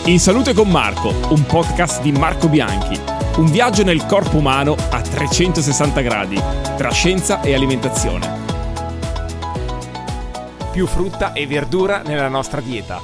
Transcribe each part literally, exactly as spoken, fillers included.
In Salute con Marco, un podcast di Marco Bianchi. Un viaggio nel corpo umano a trecentosessanta gradi, tra scienza e alimentazione. Più frutta e verdura nella nostra dieta.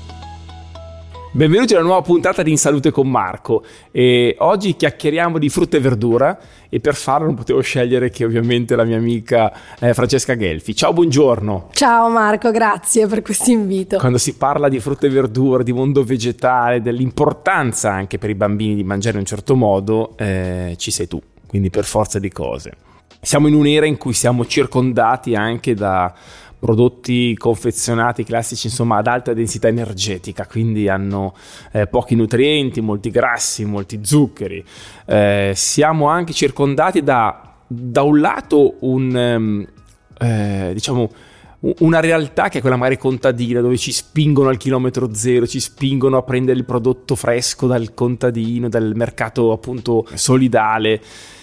Benvenuti alla nuova puntata di In Salute con Marco. E oggi chiacchieriamo di frutta e verdura e per farlo non potevo scegliere che ovviamente la mia amica eh, Francesca Gelfi. Ciao, buongiorno. Ciao Marco, grazie per questo invito. Quando si parla di frutta e verdura, di mondo vegetale, dell'importanza anche per i bambini di mangiare in un certo modo, eh, ci sei tu, quindi per forza di cose. Siamo in un'era in cui siamo circondati anche da prodotti confezionati classici, insomma, ad alta densità energetica, quindi hanno eh, pochi nutrienti, molti grassi, molti zuccheri. Eh, siamo anche circondati da, da un lato un um, eh, diciamo una realtà che è quella magari contadina, dove ci spingono al chilometro zero, ci spingono a prendere il prodotto fresco dal contadino, dal mercato appunto solidale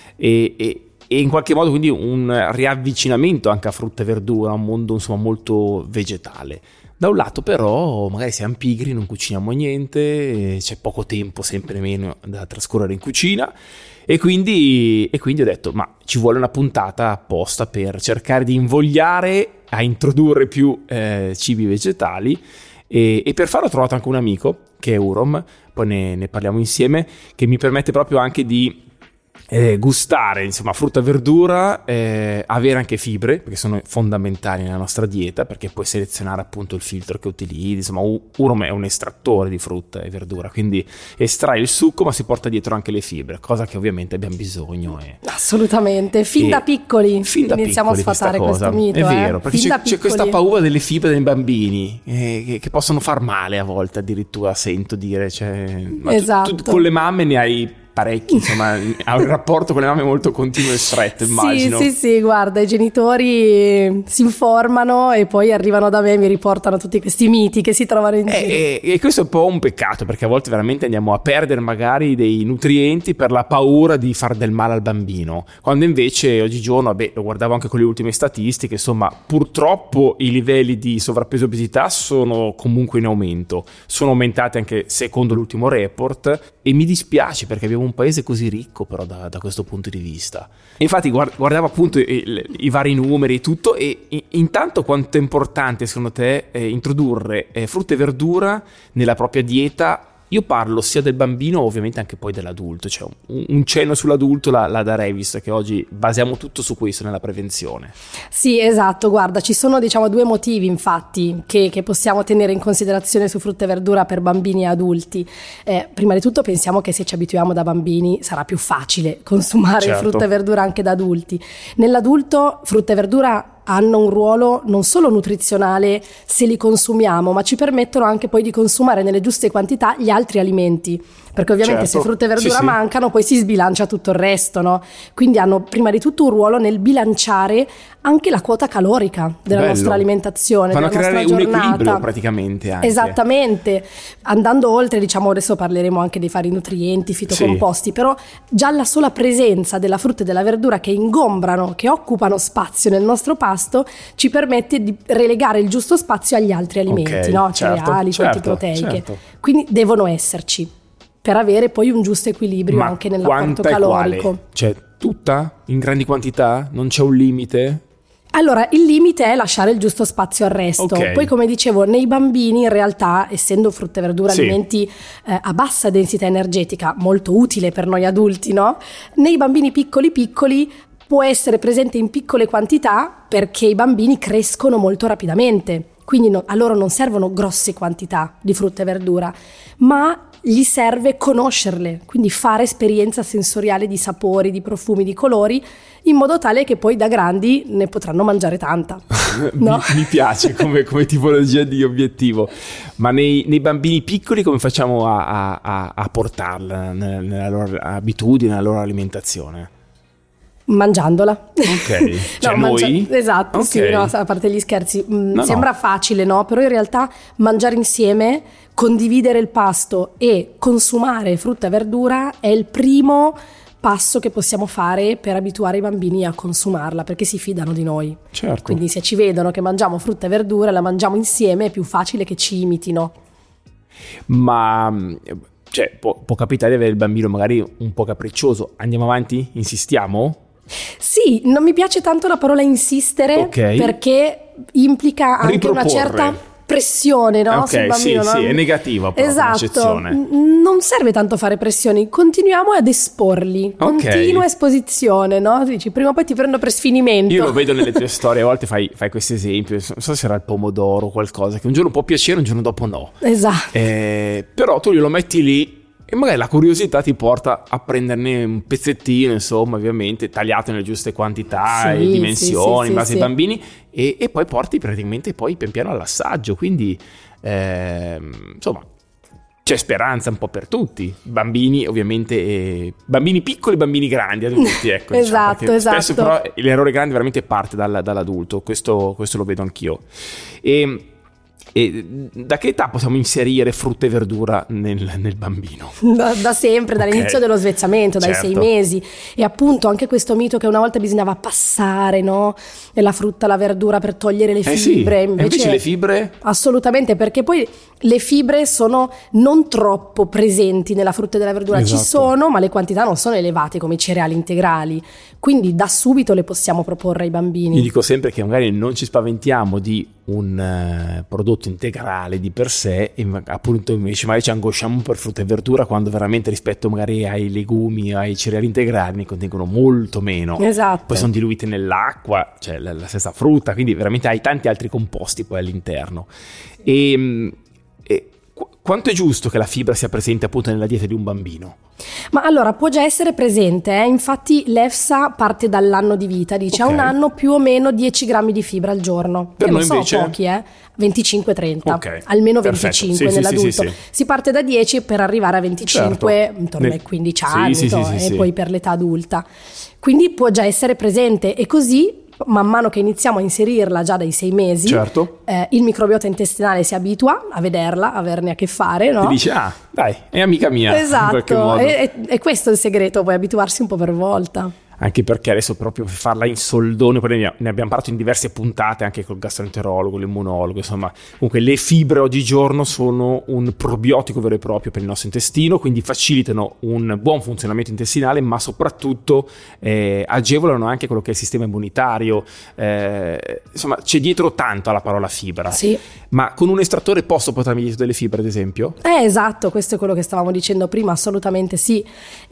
e, e e in qualche modo quindi un riavvicinamento anche a frutta e verdura, a un mondo insomma molto vegetale. Da un lato però magari siamo pigri, non cuciniamo niente, c'è poco tempo, sempre meno, da trascorrere in cucina e quindi, e quindi ho detto ma ci vuole una puntata apposta per cercare di invogliare a introdurre più eh, cibi vegetali e, e per farlo ho trovato anche un amico che è Urom, poi ne, ne parliamo insieme, che mi permette proprio anche di Eh, gustare insomma frutta e verdura, eh, avere anche fibre perché sono fondamentali nella nostra dieta, perché puoi selezionare appunto il filtro che utilizzi. Insomma, Urom è un estrattore di frutta e verdura, quindi estrae il succo ma si porta dietro anche le fibre, cosa che ovviamente abbiamo bisogno e... assolutamente, fin e da piccoli fin da iniziamo piccoli a sfatare questo mito, è vero, eh? perché c'è, c'è questa paura delle fibre dei bambini eh, che, che possono far male a volte, addirittura sento dire, cioè, ma esatto. tu, tu con le mamme ne hai parecchi, insomma, ha un rapporto con le mamme molto continuo e stretto, immagino. Sì, sì, sì, guarda, i genitori si informano e poi arrivano da me e mi riportano tutti questi miti che si trovano in giro. E, e, e questo è un po' un peccato, perché a volte veramente andiamo a perdere magari dei nutrienti per la paura di far del male al bambino, quando invece oggigiorno, vabbè, lo guardavo anche con le ultime statistiche, insomma, purtroppo i livelli di sovrappeso e obesità sono comunque in aumento, sono aumentati anche secondo l'ultimo report e mi dispiace perché abbiamo un paese così ricco però da, da questo punto di vista. Infatti guard, guardavo appunto i, i vari numeri e tutto, e i, intanto quanto è importante secondo te eh, introdurre eh, frutta e verdura nella propria dieta. Io parlo sia del bambino ovviamente anche poi dell'adulto, cioè un, un cenno sull'adulto la, la darei, visto che oggi basiamo tutto su questo nella prevenzione. Sì, esatto, guarda, ci sono diciamo due motivi infatti che, che possiamo tenere in considerazione su frutta e verdura per bambini e adulti. Eh, prima di tutto pensiamo che se ci abituiamo da bambini sarà più facile consumare certo. frutta e verdura anche da adulti. Nell'adulto frutta e verdura hanno un ruolo non solo nutrizionale se li consumiamo, ma ci permettono anche poi di consumare nelle giuste quantità gli altri alimenti, perché ovviamente certo. se frutta e verdura sì, mancano sì. poi si sbilancia tutto il resto, no? Quindi hanno prima di tutto un ruolo nel bilanciare anche la quota calorica della Bello. nostra alimentazione, vanno della a creare nostra un giornata. equilibrio praticamente anche. Esattamente, andando oltre, diciamo adesso parleremo anche dei vari nutrienti fitocomposti, sì. però già la sola presenza della frutta e della verdura che ingombrano, che occupano spazio nel nostro pasto, ci permette di relegare il giusto spazio agli altri alimenti, okay, no? certo, Cereali, certo, fonti proteiche, certo. quindi devono esserci per avere poi un giusto equilibrio Ma anche nell'apporto calorico. Quale? Cioè tutta? In grandi quantità? Non c'è un limite? Allora, il limite è lasciare il giusto spazio al resto. Okay. Poi, come dicevo, nei bambini in realtà, essendo frutta e verdura sì. alimenti eh, a bassa densità energetica, molto utile per noi adulti, no? Nei bambini piccoli piccoli può essere presente in piccole quantità perché i bambini crescono molto rapidamente. Quindi no, a loro non servono grosse quantità di frutta e verdura, ma gli serve conoscerle, quindi fare esperienza sensoriale di sapori, di profumi, di colori, in modo tale che poi da grandi ne potranno mangiare tanta. No? mi, mi piace come, come tipologia di obiettivo, ma nei, nei bambini piccoli come facciamo a, a, a portarla nella, nella loro abitudine, nella loro alimentazione? Mangiandola. Ok, cioè no, noi? Mangia- esatto, okay. Sì, no, a parte gli scherzi, mm, no, sembra no. facile, no? Però in realtà mangiare insieme, condividere il pasto e consumare frutta e verdura è il primo passo che possiamo fare per abituare i bambini a consumarla, perché si fidano di noi. Certo. Quindi se ci vedono che mangiamo frutta e verdura, la mangiamo insieme, è più facile che ci imitino. Ma cioè, può, può capitare di avere il bambino magari un po' capriccioso. Andiamo avanti? Insistiamo? Sì, non mi piace tanto la parola insistere, okay, perché implica anche riproporre una certa pressione, no? Ok, sul bambino, sì, no? sì, è negativa proprio esatto, non serve tanto fare pressioni, continuiamo ad esporli, okay, continua esposizione, no? Dici, prima o poi ti prendo per sfinimento. Io lo vedo nelle tue storie, a volte fai, fai questi esempi, non so se era il pomodoro o qualcosa, che un giorno può piacere, un giorno dopo no. Esatto. Eh, però tu glielo metti lì e magari la curiosità ti porta a prenderne un pezzettino, insomma, ovviamente tagliato nelle giuste quantità sì, e dimensioni, sì, sì, in base sì, ai sì. bambini, e, e poi porti praticamente poi pian piano all'assaggio, quindi ehm, insomma c'è speranza un po' per tutti, bambini ovviamente, eh, bambini piccoli, bambini grandi, adulti, ecco. Esatto, diciamo, esatto. Spesso però l'errore grande veramente parte dal, dall'adulto, questo, questo lo vedo anch'io. E E da che età possiamo inserire frutta e verdura nel, nel bambino? Da, da sempre, dall'inizio okay, dello svezzamento, dai certo, sei mesi. E appunto anche questo mito che una volta bisognava passare, no? La frutta, la verdura per togliere le eh fibre. Sì. Invece, invece le fibre? Assolutamente, perché poi le fibre sono non troppo presenti nella frutta e nella verdura. Esatto. Ci sono, ma le quantità non sono elevate come i cereali integrali. Quindi da subito le possiamo proporre ai bambini. Io dico sempre che magari non ci spaventiamo di un uh, prodotto integrale di per sé, e appunto invece magari ci angosciamo per frutta e verdura, quando veramente rispetto magari ai legumi, ai cereali integrali, ne contengono molto meno. Esatto. Poi sono diluite nell'acqua, cioè la, la stessa frutta, quindi veramente hai tanti altri composti poi all'interno. E, e qu- quanto è giusto che la fibra sia presente appunto nella dieta di un bambino? Ma allora può già essere presente, eh? Infatti l'EFSA parte dall'anno di vita, dice okay, a un anno più o meno dieci grammi di fibra al giorno. Per Io noi lo so, invece pochi, eh? venticinque trenta, okay, almeno perfetto, venticinque sì, nell'adulto. Sì, sì, sì. Si parte da dieci per arrivare a venticinque, certo, intorno Nel... ai quindici anni, sì, to, sì, sì, e sì, poi sì. per l'età adulta. Quindi può già essere presente, e così man mano che iniziamo a inserirla già dai sei mesi, certo, eh, il microbiota intestinale si abitua a vederla, a averne a che fare, no? Ti dice, ah, dai, è amica mia. Esatto, in qualche modo. e, e, e questo è il segreto, poi abituarsi un po' per volta. Anche perché adesso proprio per farla in soldoni, poi ne abbiamo parlato in diverse puntate anche col gastroenterologo, l'immunologo, insomma, comunque le fibre oggigiorno sono un probiotico vero e proprio per il nostro intestino, quindi facilitano un buon funzionamento intestinale, ma soprattutto eh, agevolano anche quello che è il sistema immunitario, eh, insomma c'è dietro tanto alla parola fibra. Sì. Ma con un estrattore posso portarmi dietro delle fibre, ad esempio? Eh, esatto, questo è quello che stavamo dicendo prima, assolutamente sì.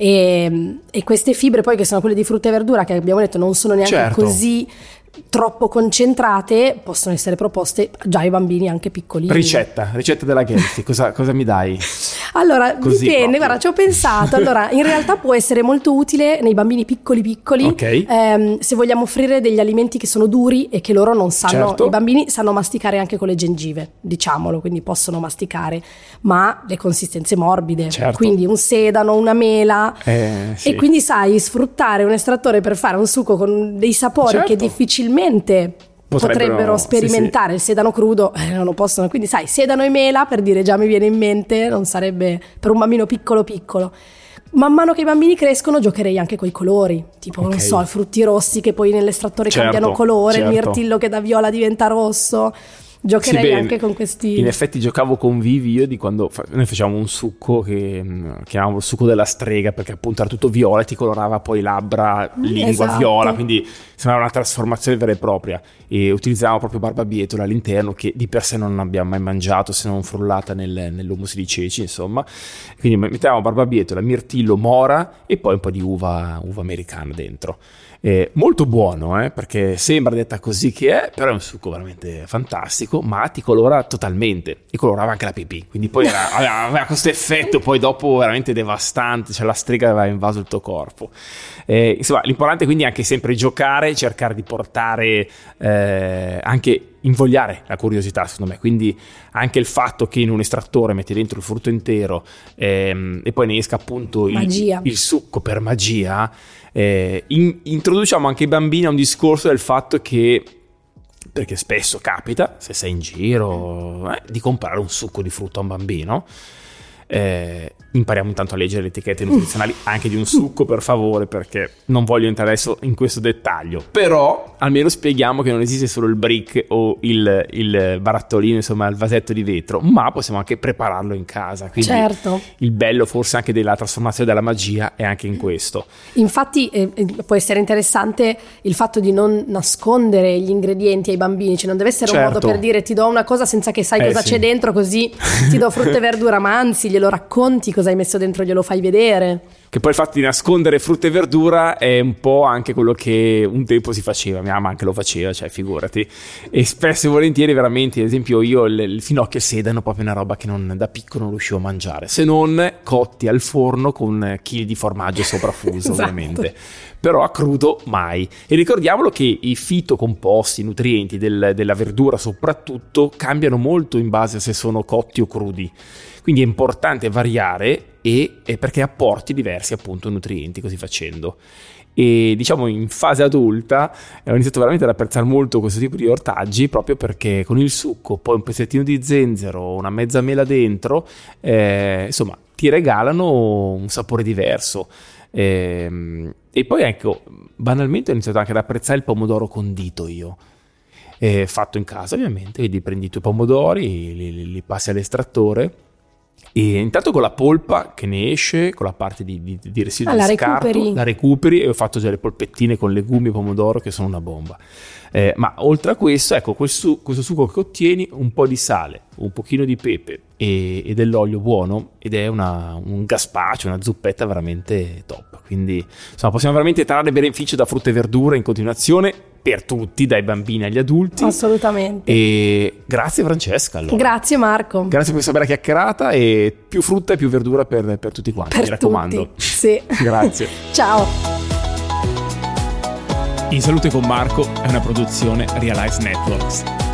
E, e queste fibre poi, che sono quelle di frutta e verdura, che abbiamo detto non sono neanche certo, così troppo concentrate, possono essere proposte già ai bambini anche piccolini. Ricetta, ricetta della Gelfi, cosa, cosa mi dai? Allora, Così dipende, proprio. guarda, ci ho pensato. Allora, in realtà può essere molto utile nei bambini piccoli piccoli, okay, ehm, se vogliamo offrire degli alimenti che sono duri e che loro non sanno. certo, I bambini sanno masticare anche con le gengive, diciamolo, quindi possono masticare, ma le consistenze morbide, certo, quindi un sedano, una mela, eh, sì, e quindi sai, sfruttare un estrattore per fare un succo con dei sapori certo, che difficilmente potrebbero, potrebbero sperimentare, sì, sì, il sedano crudo, eh, non lo possono, quindi sai, sedano e mela, per dire, già mi viene in mente, non sarebbe per un bambino piccolo piccolo. Man mano che i bambini crescono giocherei anche coi colori, tipo okay, non so, i frutti rossi che poi nell'estrattore certo, cambiano colore, certo, il mirtillo che da viola diventa rosso. Giocherei sì, anche con questi. In effetti giocavo con Vivi io di quando fa... noi facevamo un succo che mh, chiamavamo il succo della strega, perché appunto era tutto viola e ti colorava poi labbra, lingua, esatto, viola, quindi sembrava una trasformazione vera e propria, e utilizzavamo proprio barbabietola all'interno, che di per sé non abbiamo mai mangiato se non frullata nel, nell'humus di ceci, insomma, quindi mettevamo barbabietola, mirtillo, mora e poi un po' di uva, uva americana dentro. Eh, molto buono, eh, perché sembra detta così che è, però è un succo veramente fantastico, ma ti colora totalmente, e colorava anche la pipì, quindi poi era, aveva, aveva questo effetto poi dopo veramente devastante, cioè la strega aveva invaso il tuo corpo. Eh, insomma, l'importante quindi è anche sempre giocare, cercare di portare eh, anche invogliare la curiosità, secondo me, quindi anche il fatto che in un estrattore metti dentro il frutto intero ehm, e poi ne esca appunto il, il succo per magia, eh, in, introduciamo anche i bambini a un discorso del fatto che, perché spesso capita, se sei in giro, eh, di comprare un succo di frutta a un bambino, Eh, impariamo intanto a leggere le etichette nutrizionali anche di un succo, per favore, perché non voglio entrare adesso in questo dettaglio, però almeno spieghiamo che non esiste solo il brick o il, il barattolino, insomma il vasetto di vetro, ma possiamo anche prepararlo in casa, quindi certo. Il bello forse anche della trasformazione della magia è anche in questo. Infatti eh, può essere interessante il fatto di non nascondere gli ingredienti ai bambini, cioè non deve essere certo. un modo per dire ti do una cosa senza che sai eh, cosa sì. c'è dentro, così ti do frutta e verdura, ma anzi glielo racconti cosa hai messo dentro, glielo fai vedere. Che poi il fatto di nascondere frutta e verdura è un po' anche quello che un tempo si faceva, mia mamma anche lo faceva, cioè figurati, e spesso e volentieri veramente, ad esempio io il, il finocchio e sedano proprio una roba che non, da piccolo non riuscivo a mangiare, se non cotti al forno con chili di formaggio sopraffuso. Esatto. Ovviamente, però a crudo mai. E ricordiamolo che i fitocomposti, i nutrienti del, della verdura soprattutto cambiano molto in base a se sono cotti o crudi, quindi è importante variare e, e perché apporti diversi appunto nutrienti così facendo. E diciamo in fase adulta ho iniziato veramente ad apprezzare molto questo tipo di ortaggi, proprio perché con il succo, poi un pezzettino di zenzero, una mezza mela dentro, eh, insomma ti regalano un sapore diverso. E, e poi ecco, banalmente ho iniziato anche ad apprezzare il pomodoro condito io, eh, fatto in casa ovviamente, quindi prendi i tuoi pomodori, li, li passi all'estrattore e intanto con la polpa che ne esce, con la parte di, di, di residuo ah, di la scarto, recuperi. la recuperi, e ho fatto delle polpettine con legumi e pomodoro che sono una bomba. Eh, ma oltre a questo, ecco, questo, questo succo che ottieni, un po' di sale, un pochino di pepe e, e dell'olio buono, ed è una, un gazpacho, una zuppetta veramente top. Quindi insomma possiamo veramente trarre beneficio da frutta e verdura in continuazione per tutti, dai bambini agli adulti. Assolutamente. E grazie Francesca allora. Grazie Marco. Grazie per questa bella chiacchierata, e più frutta e più verdura per, per tutti quanti, per mi raccomando. Tutti. Sì. Grazie. Ciao. In Salute con Marco è una produzione Realize Networks.